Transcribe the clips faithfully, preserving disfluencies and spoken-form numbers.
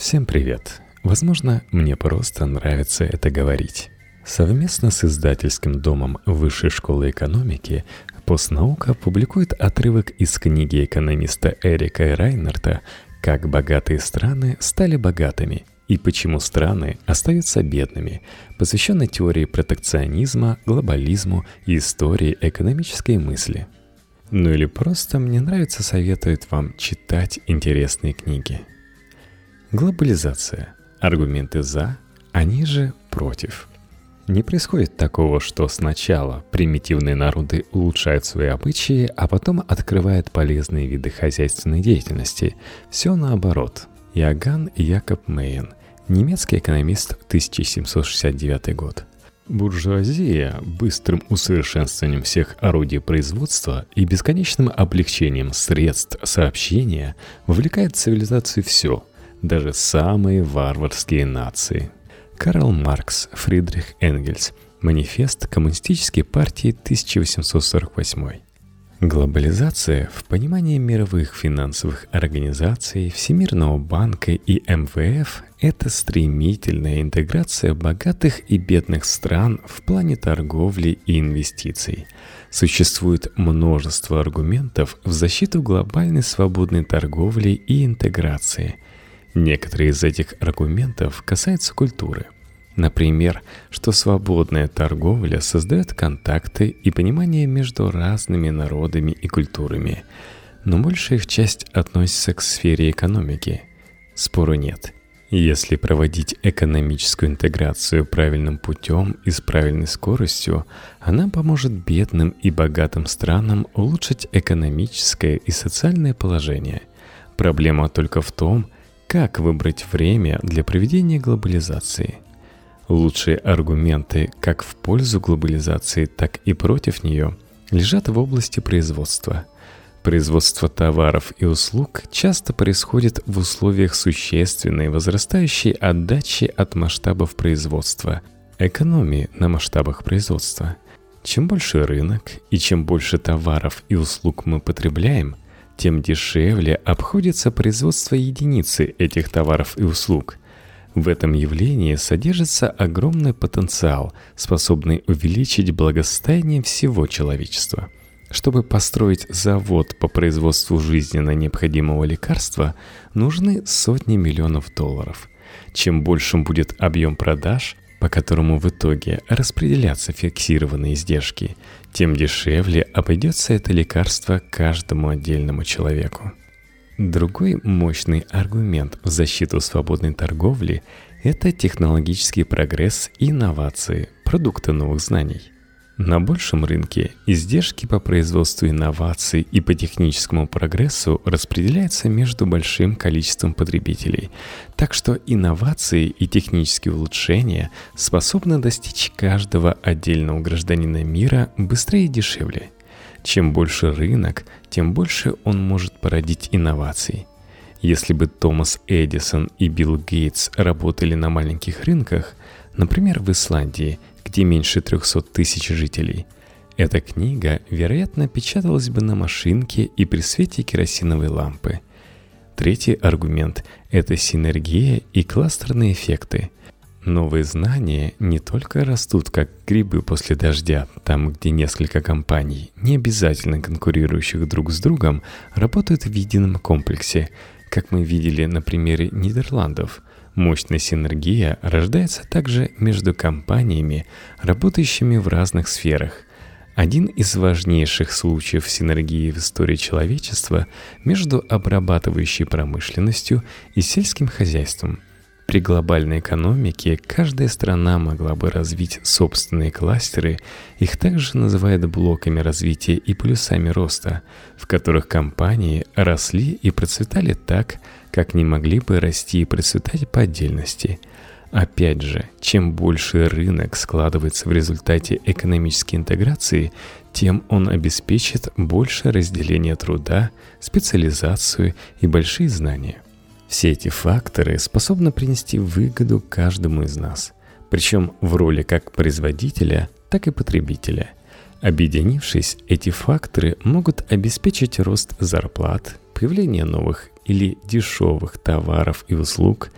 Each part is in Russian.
Всем привет! Возможно, мне просто нравится это говорить. Совместно с издательским домом Высшей школы экономики «Постнаука» публикует отрывок из книги экономиста Эрика Райнерта «Как богатые страны стали богатыми и почему страны остаются бедными», посвященный теории протекционизма, глобализму и истории экономической мысли. Ну или просто мне нравится советовать вам читать интересные книги. Глобализация. Аргументы «за», они же «против». Не происходит такого, что сначала примитивные народы улучшают свои обычаи, а потом открывают полезные виды хозяйственной деятельности. Все наоборот. Иоганн Якоб Мейен, немецкий экономист, тысяча семьсот шестьдесят девятый год. Буржуазия быстрым усовершенствованием всех орудий производства и бесконечным облегчением средств сообщения вовлекает в цивилизацию все, даже самые варварские нации. Карл Маркс, Фридрих Энгельс. Манифест Коммунистической партии тысяча восемьсот сорок восемь. Глобализация в понимании мировых финансовых организаций, Всемирного банка и эм вэ эф – это стремительная интеграция богатых и бедных стран в плане торговли и инвестиций. Существует множество аргументов в защиту глобальной свободной торговли и интеграции. Некоторые из этих аргументов касаются культуры. Например, что свободная торговля создает контакты и понимание между разными народами и культурами, но большая их часть относится к сфере экономики. Спору нет. Если проводить экономическую интеграцию правильным путем и с правильной скоростью, она поможет бедным и богатым странам улучшить экономическое и социальное положение. Проблема только в том, как выбрать время для проведения глобализации. Лучшие аргументы как в пользу глобализации, так и против нее лежат в области производства. Производство товаров и услуг часто происходит в условиях существенной возрастающей отдачи от масштабов производства, экономии на масштабах производства. Чем больше рынок и чем больше товаров и услуг мы потребляем, тем дешевле обходится производство единицы этих товаров и услуг. В этом явлении содержится огромный потенциал, способный увеличить благосостояние всего человечества. Чтобы построить завод по производству жизненно необходимого лекарства, нужны сотни миллионов долларов. Чем большим будет объем продаж, по которому в итоге распределятся фиксированные издержки, тем дешевле обойдется это лекарство каждому отдельному человеку. Другой мощный аргумент в защиту свободной торговли – это технологический прогресс и инновации, продукты новых знаний. На большем рынке издержки по производству инноваций и по техническому прогрессу распределяются между большим количеством потребителей, так что инновации и технические улучшения способны достичь каждого отдельного гражданина мира быстрее и дешевле. Чем больше рынок, тем больше он может породить инноваций. Если бы Томас Эдисон и Билл Гейтс работали на маленьких рынках, например, в Исландии, где меньше трехсот тысяч жителей, эта книга, вероятно, печаталась бы на машинке и при свете керосиновой лампы. Третий аргумент – это синергия и кластерные эффекты. Новые знания не только растут как грибы после дождя, там, где несколько компаний, не обязательно конкурирующих друг с другом, работают в едином комплексе, как мы видели на примере Нидерландов. Мощная синергия рождается также между компаниями, работающими в разных сферах. Один из важнейших случаев синергии в истории человечества между обрабатывающей промышленностью и сельским хозяйством. При глобальной экономике каждая страна могла бы развить собственные кластеры, их также называют блоками развития и полюсами роста, в которых компании росли и процветали так, как не могли бы расти и процветать по отдельности. Опять же, чем больше рынок складывается в результате экономической интеграции, тем он обеспечит большее разделение труда, специализацию и большие знания. Все эти факторы способны принести выгоду каждому из нас, причем в роли как производителя, так и потребителя. Объединившись, эти факторы могут обеспечить рост зарплат, появление новых или дешевых товаров и услуг,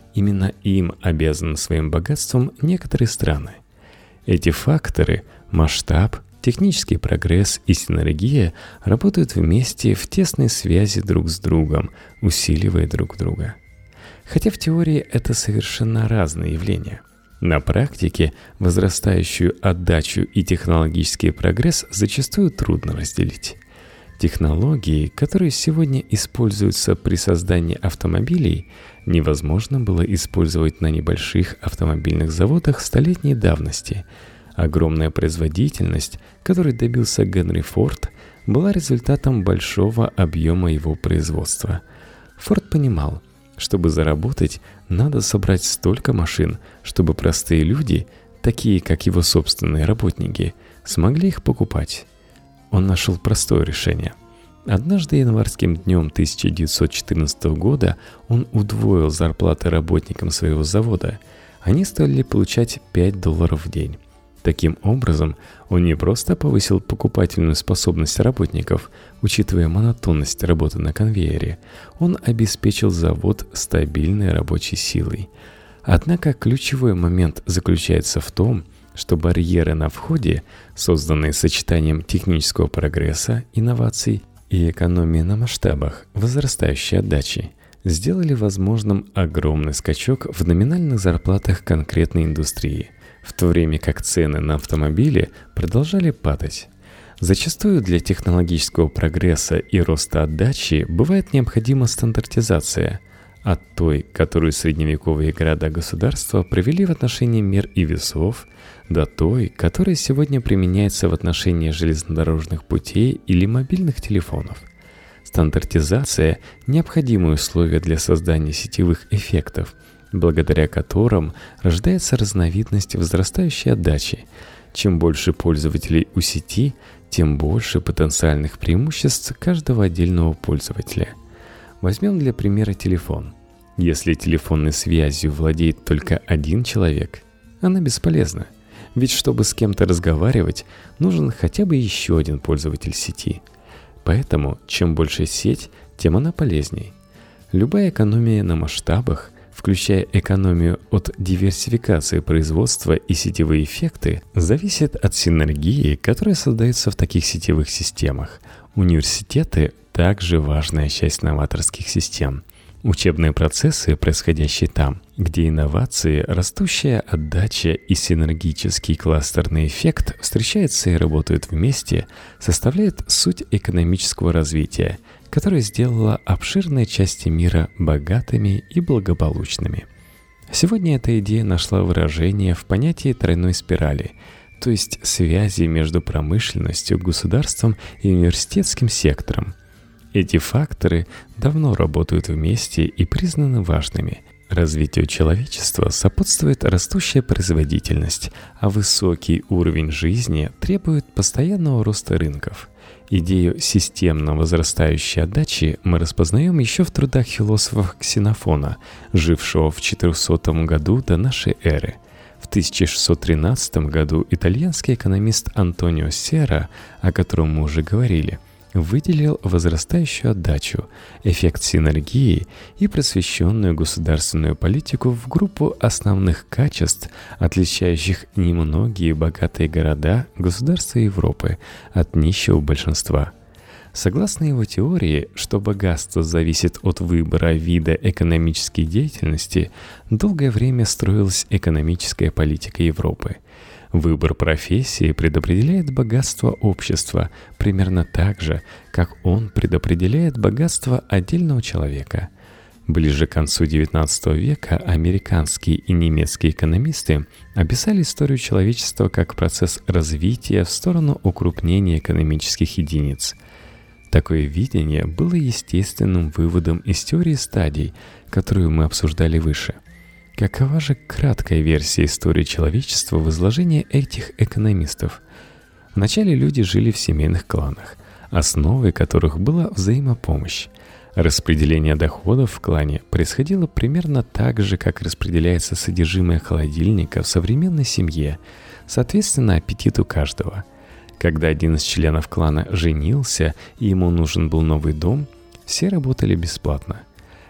Именно им обязаны своим богатством некоторые страны. Эти факторы – масштаб, технический прогресс и синергия – работают вместе в тесной связи друг с другом, усиливая друг друга. Хотя в теории это совершенно разные явления. На практике возрастающую отдачу и технологический прогресс зачастую трудно разделить. Технологии, которые сегодня используются при создании автомобилей, невозможно было использовать на небольших автомобильных заводах столетней давности. Огромная производительность, которой добился Генри Форд, была результатом большого объема его производства. Форд понимал, чтобы заработать, надо собрать столько машин, чтобы простые люди, такие как его собственные работники, смогли их покупать. Он нашел простое решение. Однажды январским днем тысяча девятьсот четырнадцатого года он удвоил зарплаты работникам своего завода. Они стали получать пять долларов в день. Таким образом, он не просто повысил покупательную способность работников, учитывая монотонность работы на конвейере, он обеспечил завод стабильной рабочей силой. Однако ключевой момент заключается в том, что барьеры на входе, созданные сочетанием технического прогресса, инноваций и экономии на масштабах, возрастающей отдачи, сделали возможным огромный скачок в номинальных зарплатах конкретной индустрии, в то время как цены на автомобили продолжали падать. Зачастую для технологического прогресса и роста отдачи бывает необходима стандартизация, от той, которую средневековые города-государства провели в отношении мер и весов, до той, которая сегодня применяется в отношении железнодорожных путей или мобильных телефонов. Стандартизация – необходимое условие для создания сетевых эффектов, благодаря которым рождается разновидность возрастающей отдачи. Чем больше пользователей у сети, тем больше потенциальных преимуществ каждого отдельного пользователя. Возьмем для примера телефон. Если телефонной связью владеет только один человек, она бесполезна. Ведь чтобы с кем-то разговаривать, нужен хотя бы еще один пользователь сети. Поэтому, чем больше сеть, тем она полезней. Любая экономия на масштабах, включая экономию от диверсификации производства и сетевые эффекты, зависит от синергии, которая создается в таких сетевых системах. Университеты – также важная часть новаторских систем. Учебные процессы, происходящие там, где инновации, растущая отдача и синергический кластерный эффект встречаются и работают вместе, составляют суть экономического развития, которое сделало обширные части мира богатыми и благополучными. Сегодня эта идея нашла выражение в понятии тройной спирали, то есть связи между промышленностью, государством и университетским сектором. Эти факторы давно работают вместе и признаны важными. Развитию человечества сопутствует растущая производительность, а высокий уровень жизни требует постоянного роста рынков. Идею системно возрастающей отдачи мы распознаем еще в трудах философа Ксенофона, жившего в четырехсотом году до нашей эры. В тысяча шестьсот тринадцатом году итальянский экономист Антонио Серра, о котором мы уже говорили, выделил возрастающую отдачу, эффект синергии и просвещенную государственную политику в группу основных качеств, отличающих немногие богатые города, государства Европы от нищего большинства. Согласно его теории, что богатство зависит от выбора вида экономической деятельности, долгое время строилась экономическая политика Европы. Выбор профессии предопределяет богатство общества примерно так же, как он предопределяет богатство отдельного человека. Ближе к концу девятнадцатого века американские и немецкие экономисты описали историю человечества как процесс развития в сторону укрупнения экономических единиц. Такое видение было естественным выводом из теории стадий, которую мы обсуждали выше. Какова же краткая версия истории человечества в изложении этих экономистов? Вначале люди жили в семейных кланах, основой которых была взаимопомощь. Распределение доходов в клане происходило примерно так же, как распределяется содержимое холодильника в современной семье, соответственно аппетиту каждого. Когда один из членов клана женился и ему нужен был новый дом, все работали бесплатно.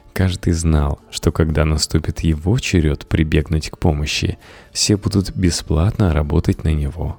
Каждый знал, что когда наступит его черед прибегнуть к помощи, все будут бесплатно работать на него.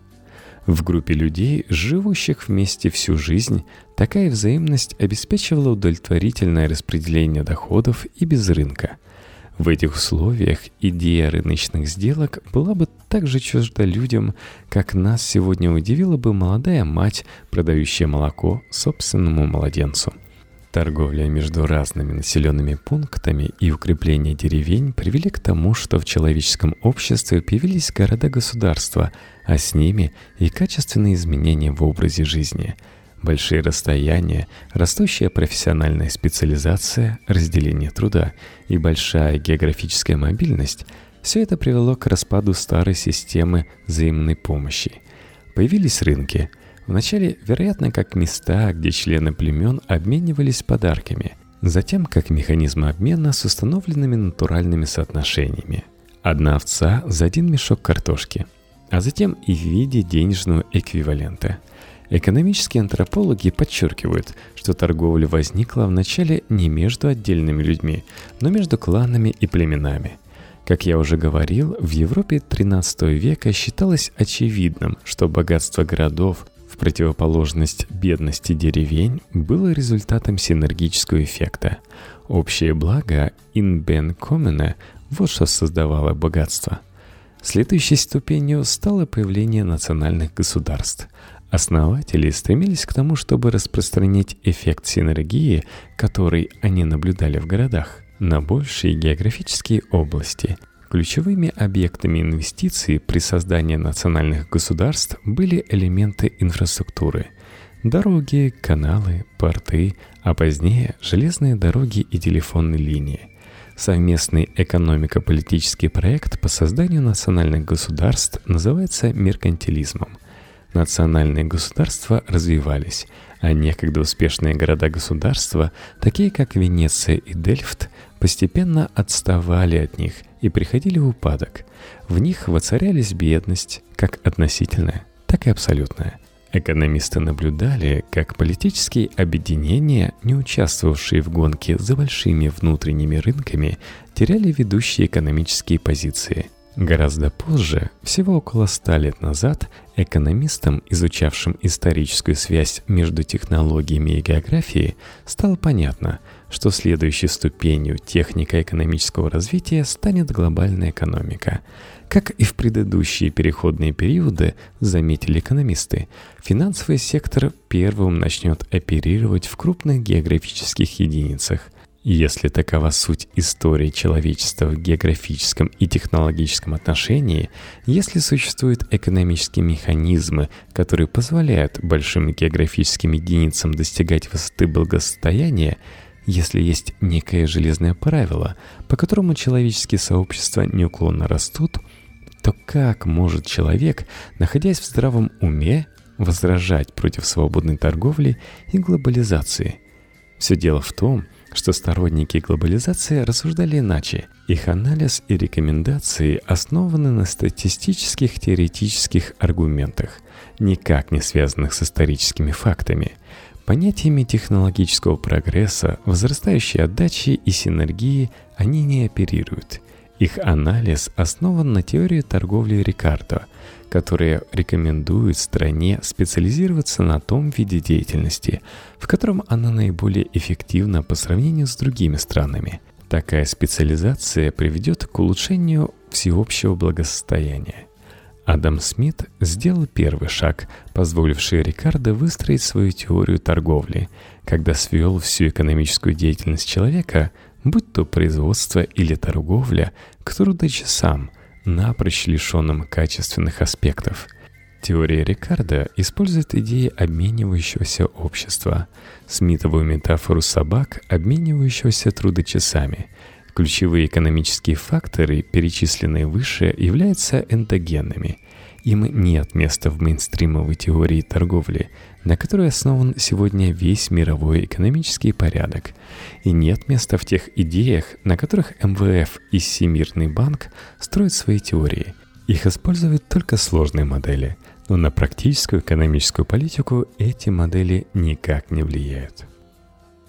В группе людей, живущих вместе всю жизнь, такая взаимность обеспечивала удовлетворительное распределение доходов и без рынка. В этих условиях идея рыночных сделок была бы так же чужда людям, как нас сегодня удивила бы молодая мать, продающая молоко собственному младенцу. Торговля между разными населенными пунктами и укрепление деревень привели к тому, что в человеческом обществе появились города-государства, а с ними и качественные изменения в образе жизни. Большие расстояния, растущая профессиональная специализация, разделение труда и большая географическая мобильность – все это привело к распаду старой системы взаимной помощи. Появились рынки – вначале, вероятно, как места, где члены племен обменивались подарками, затем как механизмы обмена с установленными натуральными соотношениями. Одна овца за один мешок картошки, а затем и в виде денежного эквивалента. Экономические антропологи подчеркивают, что торговля возникла вначале не между отдельными людьми, но между кланами и племенами. Как я уже говорил, в Европе тринадцатого века считалось очевидным, что богатство городов, в противоположность бедности деревень, было результатом синергического эффекта. Общее благо in ben commune – вот что создавало богатство. Следующей ступенью стало появление национальных государств. Основатели стремились к тому, чтобы распространить эффект синергии, который они наблюдали в городах, на большие географические области. Ключевыми объектами инвестиций при создании национальных государств были элементы инфраструктуры – дороги, каналы, порты, а позднее железные дороги и телефонные линии. Совместный экономико-политический проект по созданию национальных государств называется меркантилизмом. Национальные государства развивались, а некогда успешные города-государства, такие как Венеция и Дельфт, постепенно отставали от них и приходили в упадок. В них воцарялись бедность, как относительная, так и абсолютная. Экономисты наблюдали, как политические объединения, не участвовавшие в гонке за большими внутренними рынками, теряли ведущие экономические позиции. Гораздо позже, всего около ста лет назад, экономистам, изучавшим историческую связь между технологиями и географией, стало понятно, что следующей ступенью технико-экономического развития станет глобальная экономика. Как и в предыдущие переходные периоды, заметили экономисты, финансовый сектор первым начнет оперировать в крупных географических единицах. Если такова суть истории человечества в географическом и технологическом отношении, если существуют экономические механизмы, которые позволяют большим географическим единицам достигать высоты благосостояния, если есть некое железное правило, по которому человеческие сообщества неуклонно растут, то как может человек, находясь в здравом уме, возражать против свободной торговли и глобализации? Все дело в том, что сторонники глобализации рассуждали иначе. Их анализ и рекомендации основаны на статистических теоретических аргументах, никак не связанных с историческими фактами. Понятиями технологического прогресса, возрастающей отдачи и синергии они не оперируют. Их анализ основан на теории торговли Рикардо, которая рекомендует стране специализироваться на том виде деятельности, в котором она наиболее эффективна по сравнению с другими странами. Такая специализация приведет к улучшению всеобщего благосостояния. Адам Смит сделал первый шаг, позволивший Рикардо выстроить свою теорию торговли, когда свел всю экономическую деятельность человека, будь то производство или торговля, к трудочасам, напрочь лишенным качественных аспектов. Теория Рикардо использует идеи обменивающегося общества, Смитовую метафору собак, обменивающегося трудочасами. Ключевые экономические факторы, перечисленные выше, являются эндогенными. Им нет места в мейнстримовой теории торговли, на которой основан сегодня весь мировой экономический порядок. И нет места в тех идеях, на которых эм вэ эф и Всемирный банк строят свои теории. Их используют только сложные модели, но на практическую экономическую политику эти модели никак не влияют.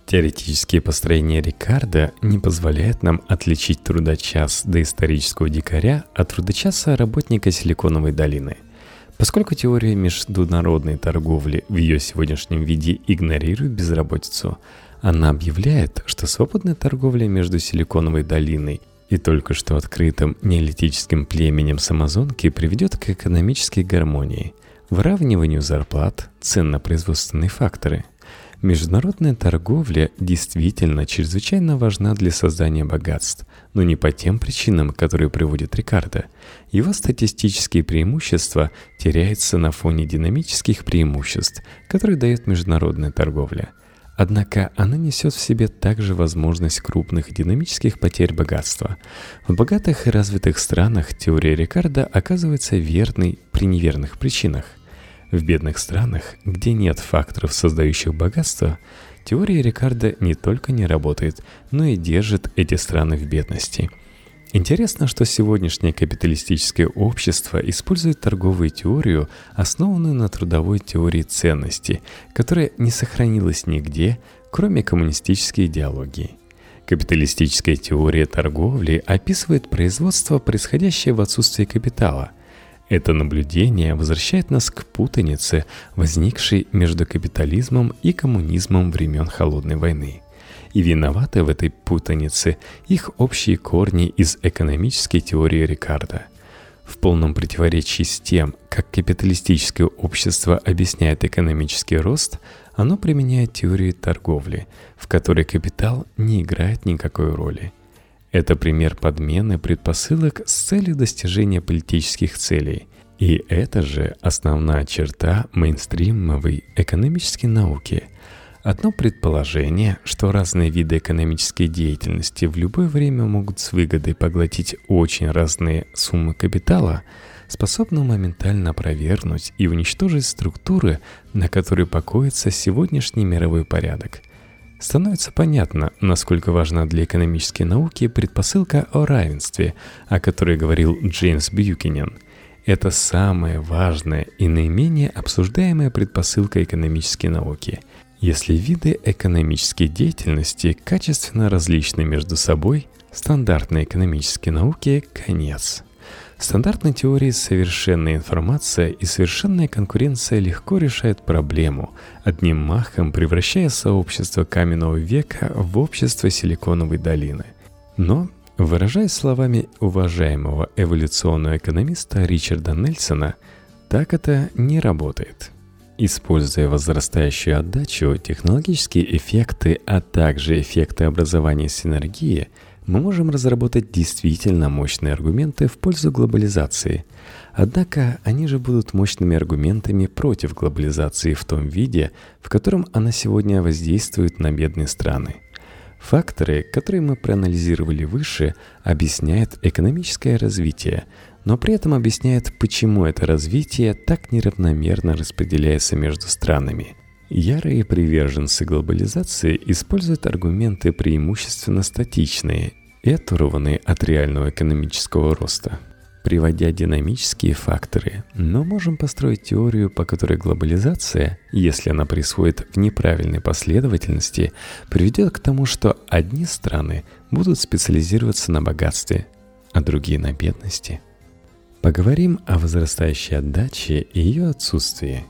Теоретические построения Рикардо не позволяют нам отличить трудочас доисторического дикаря от трудочаса работника Силиконовой долины. Поскольку теория международной торговли в ее сегодняшнем виде игнорирует безработицу, она объявляет, что свободная торговля между Силиконовой долиной и только что открытым неолитическим племенем с Амазонки приведет к экономической гармонии, выравниванию зарплат, цен на производственные факторы. Международная торговля действительно чрезвычайно важна для создания богатств, но не по тем причинам, которые приводит Рикардо. Его статистические преимущества теряются на фоне динамических преимуществ, которые дает международная торговля. Однако она несет в себе также возможность крупных динамических потерь богатства. В богатых и развитых странах теория Рикардо оказывается верной при неверных причинах. В бедных странах, где нет факторов, создающих богатство, теория Рикардо не только не работает, но и держит эти страны в бедности. Интересно, что сегодняшнее капиталистическое общество использует торговую теорию, основанную на трудовой теории ценностей, которая не сохранилась нигде, кроме коммунистической идеологии. Капиталистическая теория торговли описывает производство, происходящее в отсутствии капитала. Это наблюдение возвращает нас к путанице, возникшей между капитализмом и коммунизмом времен Холодной войны. И виноваты в этой путанице их общие корни из экономической теории Рикардо. В полном противоречии с тем, как капиталистическое общество объясняет экономический рост, оно применяет теорию торговли, в которой капитал не играет никакой роли. Это пример подмены предпосылок с целью достижения политических целей. И это же основная черта мейнстримовой экономической науки. Одно предположение, что разные виды экономической деятельности в любое время могут с выгодой поглотить очень разные суммы капитала, способно моментально опровергнуть и уничтожить структуры, на которые покоится сегодняшний мировой порядок. Становится понятно, насколько важна для экономической науки предпосылка о равенстве, о которой говорил Джеймс Бьюкенен. Это самая важная и наименее обсуждаемая предпосылка экономической науки. Если виды экономической деятельности качественно различны между собой, стандартной экономической науке конец. В стандартной теории совершенная информация и совершенная конкуренция легко решают проблему, одним махом превращая сообщество каменного века в общество Силиконовой долины. Но, выражаясь словами уважаемого эволюционного экономиста Ричарда Нельсона, так это не работает. Используя возрастающую отдачу, технологические эффекты, а также эффекты образования синергии, мы можем разработать действительно мощные аргументы в пользу глобализации. Однако они же будут мощными аргументами против глобализации в том виде, в котором она сегодня воздействует на бедные страны. Факторы, которые мы проанализировали выше, объясняют экономическое развитие, но при этом объясняют, почему это развитие так неравномерно распределяется между странами. Ярые приверженцы глобализации используют аргументы преимущественно статичные и оторванные от реального экономического роста, приводя динамические факторы, но можем построить теорию, по которой глобализация, если она происходит в неправильной последовательности, приведет к тому, что одни страны будут специализироваться на богатстве, а другие на бедности. Поговорим о возрастающей отдаче и ее отсутствии.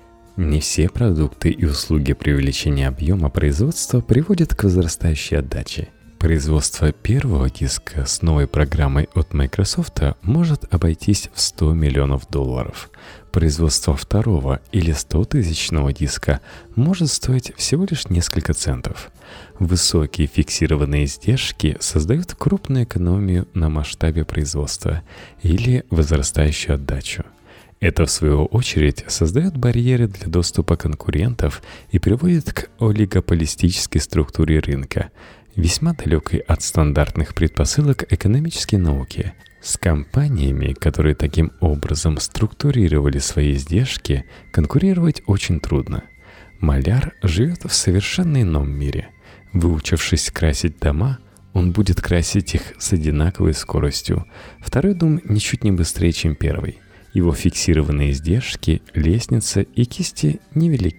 Не все продукты и услуги при увеличении объема производства приводят к возрастающей отдаче. Производство первого диска с новой программой от Microsoft может обойтись в сто миллионов долларов. Производство второго или стотысячного диска может стоить всего лишь несколько центов. Высокие фиксированные издержки создают крупную экономию на масштабе производства или возрастающую отдачу. Это, в свою очередь, создает барьеры для доступа конкурентов и приводит к олигополистической структуре рынка, весьма далекой от стандартных предпосылок экономической науки. С компаниями, которые таким образом структурировали свои издержки, конкурировать очень трудно. Маляр живет в совершенно ином мире. Выучившись красить дома, он будет красить их с одинаковой скоростью. Второй дом ничуть не быстрее, чем первый. Его фиксированные издержки, лестница и кисти невелики.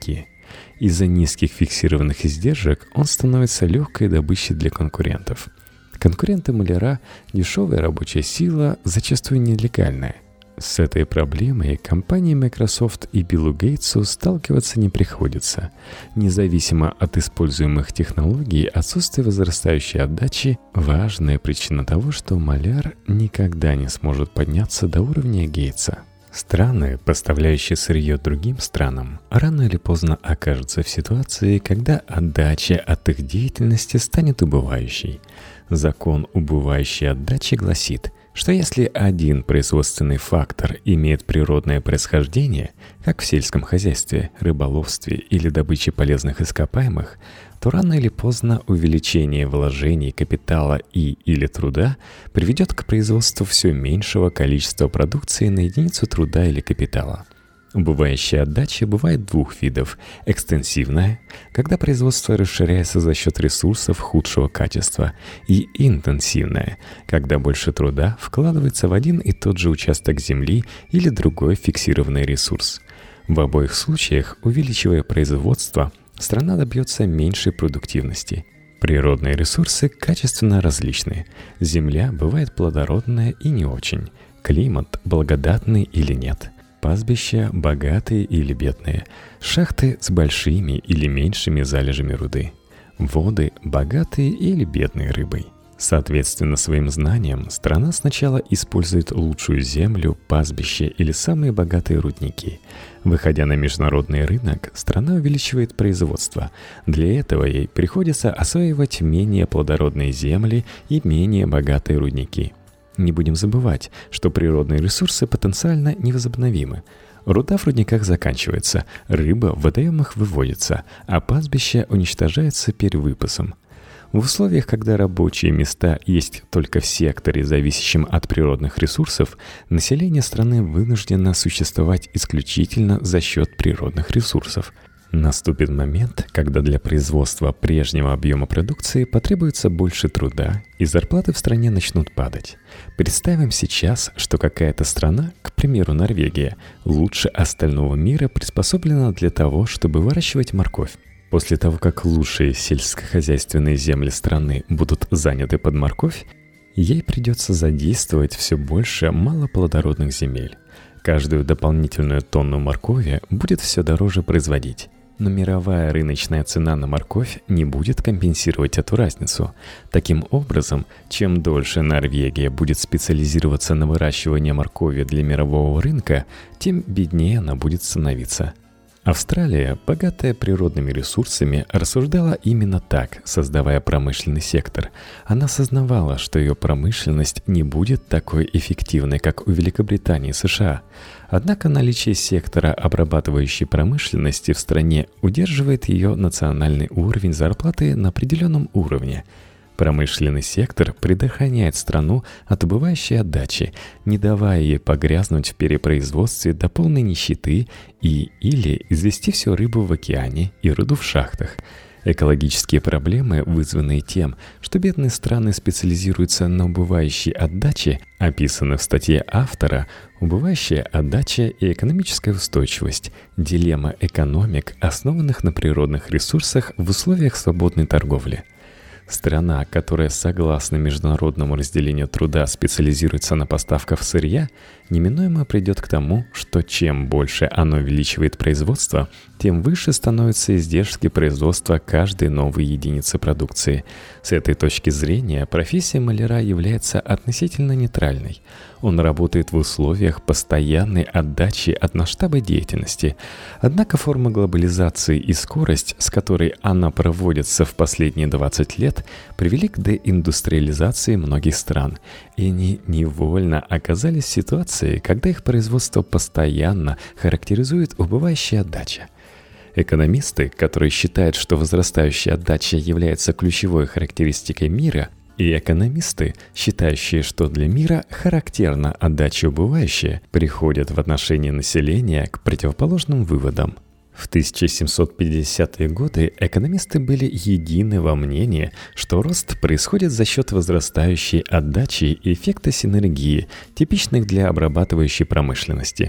Из-за низких фиксированных издержек он становится легкой добычей для конкурентов. Конкуренты-маляра – дешевая рабочая сила, зачастую нелегальная. С этой проблемой компании Microsoft и Биллу Гейтсу сталкиваться не приходится. Независимо от используемых технологий, отсутствие возрастающей отдачи – важная причина того, что маляр никогда не сможет подняться до уровня Гейтса. Страны, поставляющие сырье другим странам, рано или поздно окажутся в ситуации, когда отдача от их деятельности станет убывающей. Закон убывающей отдачи гласит, что если один производственный фактор имеет природное происхождение, как в сельском хозяйстве, рыболовстве или добыче полезных ископаемых, то рано или поздно увеличение вложений капитала и или труда приведет к производству все меньшего количества продукции на единицу труда или капитала. Убывающая отдача бывает двух видов. Экстенсивная, когда производство расширяется за счет ресурсов худшего качества, и интенсивная, когда больше труда вкладывается в один и тот же участок земли или другой фиксированный ресурс. В обоих случаях, увеличивая производство, страна добьется меньшей продуктивности. Природные ресурсы качественно различны. Земля бывает плодородная и не очень. Климат благодатный или нет. Пастбища богатые или бедные, шахты с большими или меньшими залежами руды, воды богатые или бедные рыбой. Соответственно своим знаниям, страна сначала использует лучшую землю, пастбище или самые богатые рудники. Выходя на международный рынок, страна увеличивает производство. Для этого ей приходится осваивать менее плодородные земли и менее богатые рудники. Не будем забывать, что природные ресурсы потенциально невозобновимы. Руда в рудниках заканчивается, рыба в водоемах выводится, а пастбище уничтожается перевыпасом. В условиях, когда рабочие места есть только в секторе, зависящем от природных ресурсов, население страны вынуждено существовать исключительно за счет природных ресурсов. Наступит момент, когда для производства прежнего объема продукции потребуется больше труда, и зарплаты в стране начнут падать. Представим сейчас, что какая-то страна, к примеру Норвегия, лучше остального мира приспособлена для того, чтобы выращивать морковь. После того, как лучшие сельскохозяйственные земли страны будут заняты под морковь, ей придется задействовать все больше малоплодородных земель. Каждую дополнительную тонну моркови будет все дороже производить. Но мировая рыночная цена на морковь не будет компенсировать эту разницу. Таким образом, чем дольше Норвегия будет специализироваться на выращивании моркови для мирового рынка, тем беднее она будет становиться. Австралия, богатая природными ресурсами, рассуждала именно так, создавая промышленный сектор. Она осознавала, что ее промышленность не будет такой эффективной, как у Великобритании и США. Однако наличие сектора обрабатывающей промышленности в стране удерживает ее национальный уровень зарплаты на определенном уровне. Промышленный сектор предохраняет страну от убывающей отдачи, не давая ей погрязнуть в перепроизводстве до полной нищеты и или извести всю рыбу в океане и руду в шахтах. Экологические проблемы, вызванные тем, что бедные страны специализируются на убывающей отдаче, описаны в статье автора «Убывающая отдача и экономическая устойчивость. Дилемма экономик, основанных на природных ресурсах в условиях свободной торговли». Страна, которая согласно международному разделению труда специализируется на поставках сырья, неминуемо придет к тому, что чем больше оно увеличивает производство, тем выше становятся издержки производства каждой новой единицы продукции. С этой точки зрения профессия маляра является относительно нейтральной. Он работает в условиях постоянной отдачи от масштаба деятельности. Однако форма глобализации и скорость, с которой она проводится в последние двадцать лет, привели к деиндустриализации многих стран, и они невольно оказались в ситуации, когда их производство постоянно характеризует убывающая отдача. Экономисты, которые считают, что возрастающая отдача является ключевой характеристикой мира, и экономисты, считающие, что для мира характерна отдача убывающая, приходят в отношении населения к противоположным выводам. В тысяча семьсот пятидесятые годы экономисты были едины во мнении, что рост происходит за счет возрастающей отдачи и эффекта синергии, типичных для обрабатывающей промышленности.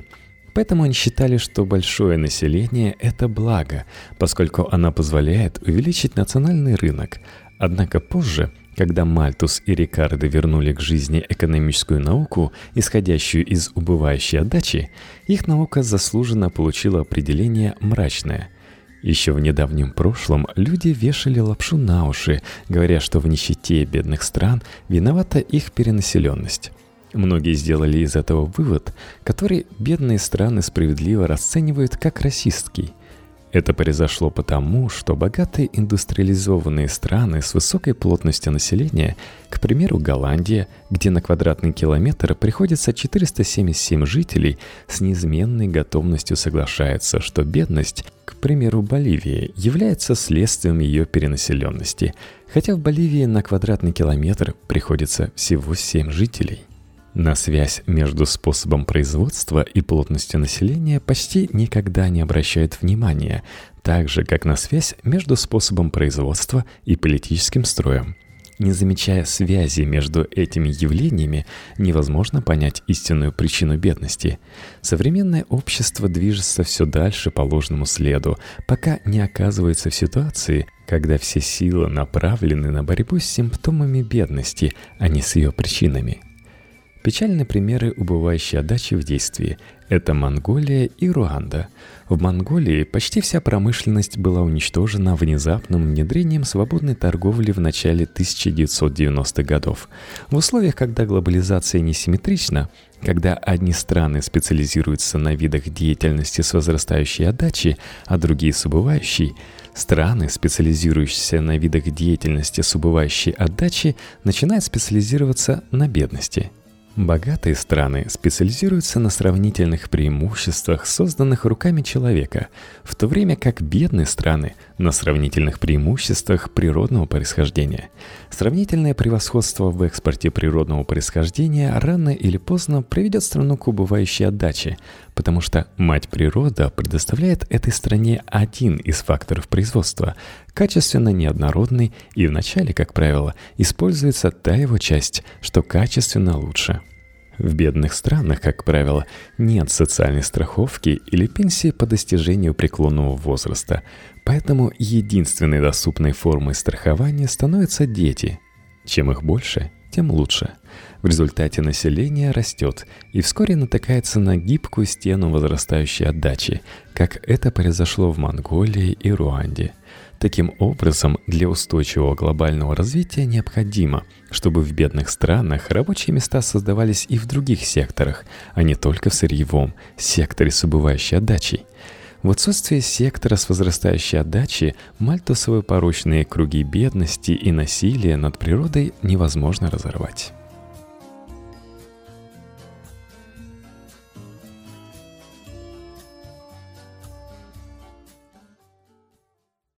Поэтому они считали, что большое население – это благо, поскольку оно позволяет увеличить национальный рынок. Однако позже, когда Мальтус и Рикардо вернули к жизни экономическую науку, исходящую из убывающей отдачи, их наука заслуженно получила определение «мрачное». Еще в недавнем прошлом люди вешали лапшу на уши, говоря, что в нищете бедных стран виновата их перенаселенность. Многие сделали из этого вывод, который бедные страны справедливо расценивают как расистский. Это произошло потому, что богатые индустриализованные страны с высокой плотностью населения, к примеру, Голландия, где на квадратный километр приходится четыреста семьдесят семь жителей, с неизменной готовностью соглашаются, что бедность, к примеру, Боливии, является следствием ее перенаселенности, хотя в Боливии на квадратный километр приходится всего семь жителей. На связь между способом производства и плотностью населения почти никогда не обращают внимания, так же, как на связь между способом производства и политическим строем. Не замечая связи между этими явлениями, невозможно понять истинную причину бедности. Современное общество движется все дальше по ложному следу, пока не оказывается в ситуации, когда все силы направлены на борьбу с симптомами бедности, а не с ее причинами. Печальные примеры убывающей отдачи в действии – это Монголия и Руанда. В Монголии почти вся промышленность была уничтожена внезапным внедрением свободной торговли в начале тысяча девятьсот девяностых годов. В условиях, когда глобализация несимметрична, когда одни страны специализируются на видах деятельности с возрастающей отдачей, а другие с убывающей, страны, специализирующиеся на видах деятельности с убывающей отдачей, начинают специализироваться на бедности. Богатые страны специализируются на сравнительных преимуществах, созданных руками человека, в то время как бедные страны – на сравнительных преимуществах природного происхождения. Сравнительное превосходство в экспорте природного происхождения рано или поздно приведет страну к убывающей отдаче, потому что мать природа предоставляет этой стране один из факторов производства, качественно неоднородный, и вначале, как правило, используется та его часть, что качественно лучше. В бедных странах, как правило, нет социальной страховки или пенсии по достижению преклонного возраста, поэтому единственной доступной формой страхования становятся дети. Чем их больше, тем лучше. В результате население растет и вскоре натыкается на гибкую стену возрастающей отдачи, как это произошло в Монголии и Руанде. Таким образом, для устойчивого глобального развития необходимо, чтобы в бедных странах рабочие места создавались и в других секторах, а не только в сырьевом секторе с убывающей отдачей. В отсутствие сектора с возрастающей отдачей мальтусовые порочные круги бедности и насилия над природой невозможно разорвать.